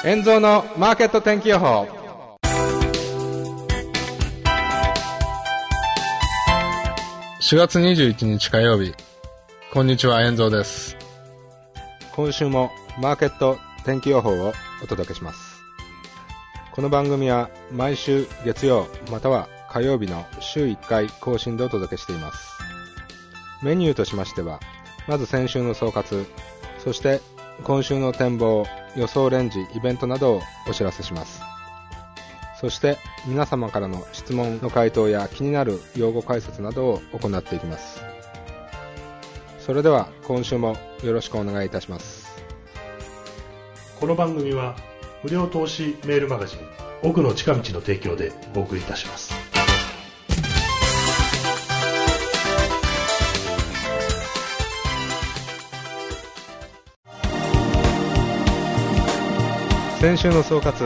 遠蔵のマーケット天気予報。4月21日火曜日、こんにちは、遠蔵です。今週もマーケット天気予報をお届けします。この番組は毎週月曜または火曜日の週1回更新でお届けしています。メニューとしましては、まず先週の総括、そして今週の展望、予想レンジ、イベントなどをお知らせします。そして皆様からの質問の回答や気になる用語解説などを行っていきます。それでは今週もよろしくお願いいたします。 この番組は無料投資メールマガジン奥の近道の提供でお送りいたします。 先週の総括。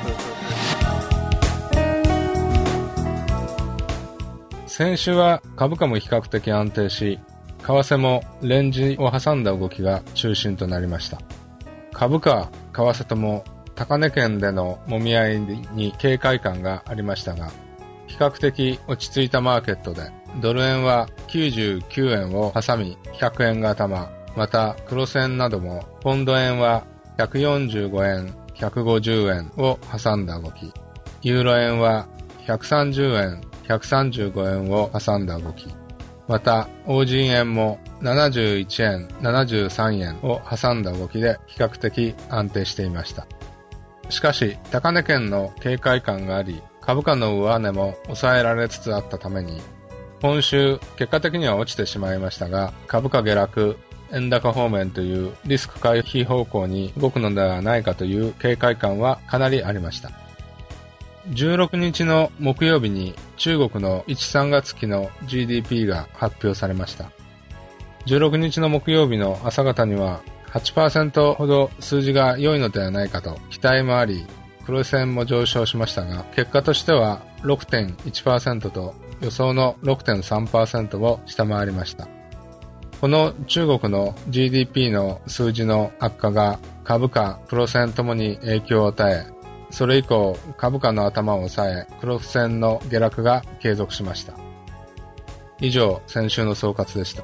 先週は株価も比較的安定し、為替もレンジを挟んだ動きが中心となりました。株価、為替とも高値圏での揉み合いに警戒感がありましたが、比較的落ち着いたマーケットで、ドル円は99円を挟み100円が頭、また黒線などもポンド円は145円、150円を挟んだ動き、ユーロ円は130円、135円を挟んだ動き、また欧人円も71円、73円を挟んだ動きで比較的安定していました。しかし高値圏の警戒感があり、株価の上値も抑えられつつあったために、今週結果的には落ちてしまいましたが、株価下落、円高方面というリスク回避方向に動くのではないかという警戒感はかなりありました。16日の木曜日に中国の1、3月期の GDP が発表されました。16日の木曜日の朝方には 8% ほど数字が良いのではないかと期待もあり、黒線も上昇しましたが、結果としては 6.1% と予想の 6.3% を下回りました。この中国の GDP の数字の悪化が株価、黒線ともに影響を与え、それ以降株価の頭を抑え、黒線の下落が継続しました。以上、先週の総括でした。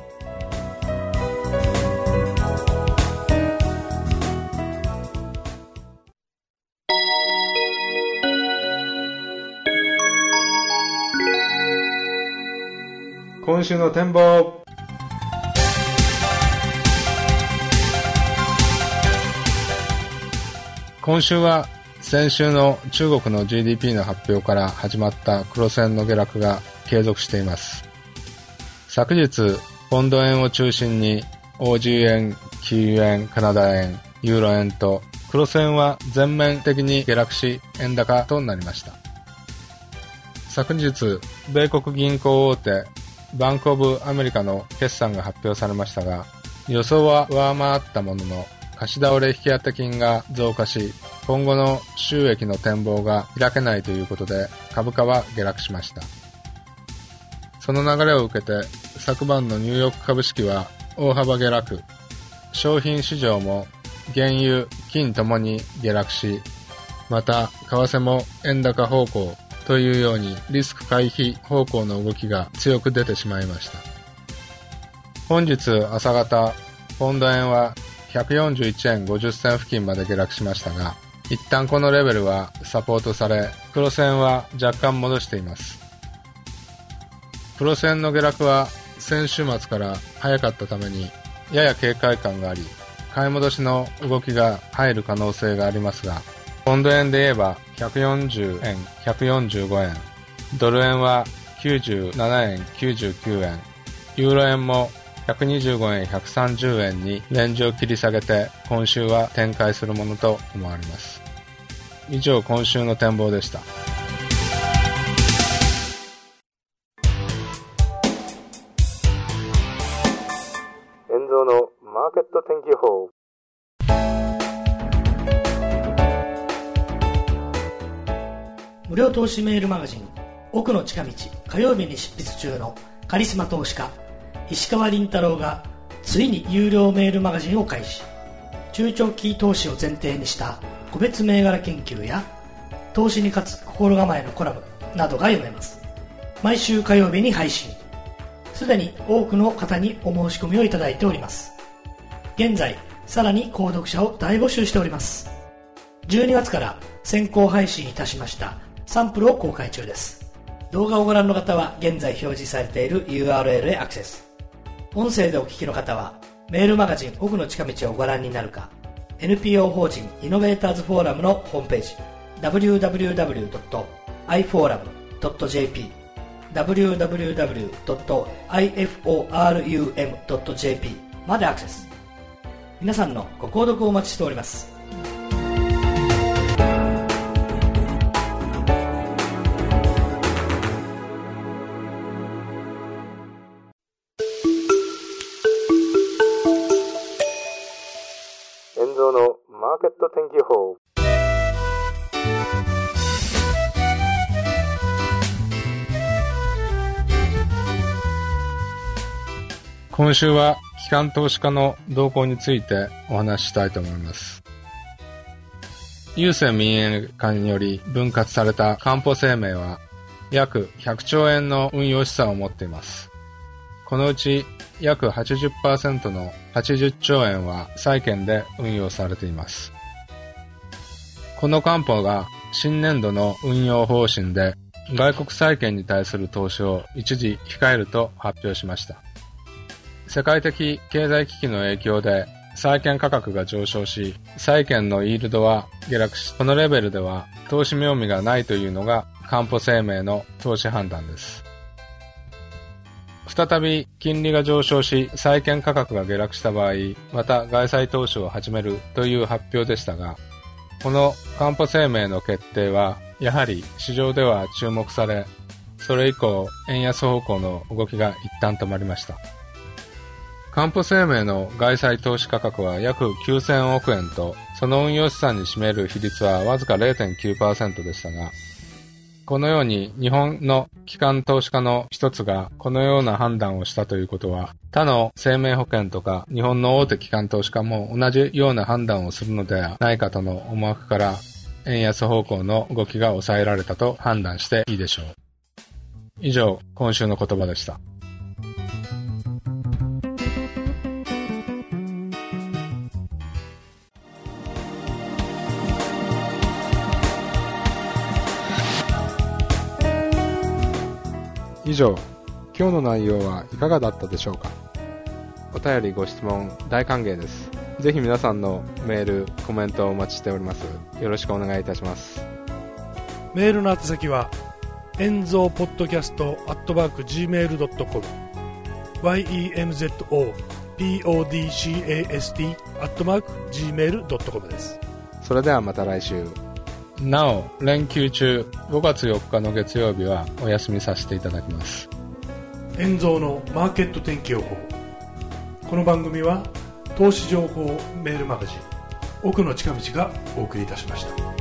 今週の展望。今週は先週の中国の GDP の発表から始まった黒線の下落が継続しています。昨日、ポンド円を中心に欧州円、キーウ円、カナダ円、ユーロ円と黒線は全面的に下落し円高となりました。昨日、米国銀行大手バンクオブアメリカの決算が発表されましたが、予想は上回ったものの貸し倒れ引き当て金が増加し、今後の収益の展望が開けないということで株価は下落しました。その流れを受けて昨晩のニューヨーク株式は大幅下落、商品市場も原油、金ともに下落し、また為替も円高方向というようにリスク回避方向の動きが強く出てしまいました。本日朝方、ポンド円は141円50銭付近まで下落しましたが、一旦このレベルはサポートされ、黒線は若干戻しています。黒線の下落は先週末から早かったためにやや警戒感があり、買い戻しの動きが入る可能性がありますが、ポンド円で言えば140円、145円、ドル円は97円、99円、ユーロ円も125円、130円にレンジを切り下げて今週は展開するものと思われます。以上、今週の展望でした。遠蔵のマーケット天気予報。 無料投資メールマガジン奥の近道、火曜日に執筆中のカリスマ投資家石川倫太郎がついに有料メールマガジンを開始。中長期投資を前提にした個別銘柄研究や投資に勝つ心構えのコラムなどが読めます。毎週火曜日に配信。すでに多くの方にお申し込みをいただいております。現在さらに購読者を大募集しております。12月から先行配信いたしましたサンプルを公開中です。動画をご覧の方は現在表示されている URL へアクセス。音声でお聞きの方はメールマガジン奥の近道をご覧になるか、 NPO 法人イノベーターズフォーラムのホームページ www.iforum.jp www.iforum.jp までアクセス。皆さんのご購読をお待ちしております。 遠蔵のマーケット天気予報。今週は機関投資家の動向についてお話ししたいと思います。郵政民営化により分割されたかんぽ生命は約100兆円の運用資産を持っています。このうち約 80% の80兆円は債券で運用されています。このかんぽが新年度の運用方針で外国債券に対する投資を一時控えると発表しました。世界的経済危機の影響で債券価格が上昇し、債券のイールドは下落し、このレベルでは投資妙味がないというのがかんぽ生命の投資判断です。再び金利が上昇し、債券価格が下落した場合、また外債投資を始めるという発表でしたが、このかんぽ生命の決定はやはり市場では注目され、それ以降円安方向の動きが一旦止まりました。かんぽ生命の外債投資価格は約9000億円と、その運用資産に占める比率はわずか 0.9% でしたが、このように日本の機関投資家の一つがこのような判断をしたということは、他の生命保険とか日本の大手機関投資家も同じような判断をするのではないかとの思惑から、円安方向の動きが抑えられたと判断していいでしょう。以上、今週の言葉でした。以上、今日の内容はいかがだったでしょうか。お便りご質問大歓迎です。ぜひ皆さんのメール、コメントをお待ちしております。よろしくお願いいたします。 メールの宛先は円蔵ポッドキャスト@gmail.com yenzopodcast@gmail.com です。 それではまた来週。なお、連休中5月4日の月曜日はお休みさせていただきます。 円蔵のマーケット天気予報。この番組は投資情報メールマガジン奥の近道がお送りいたしました。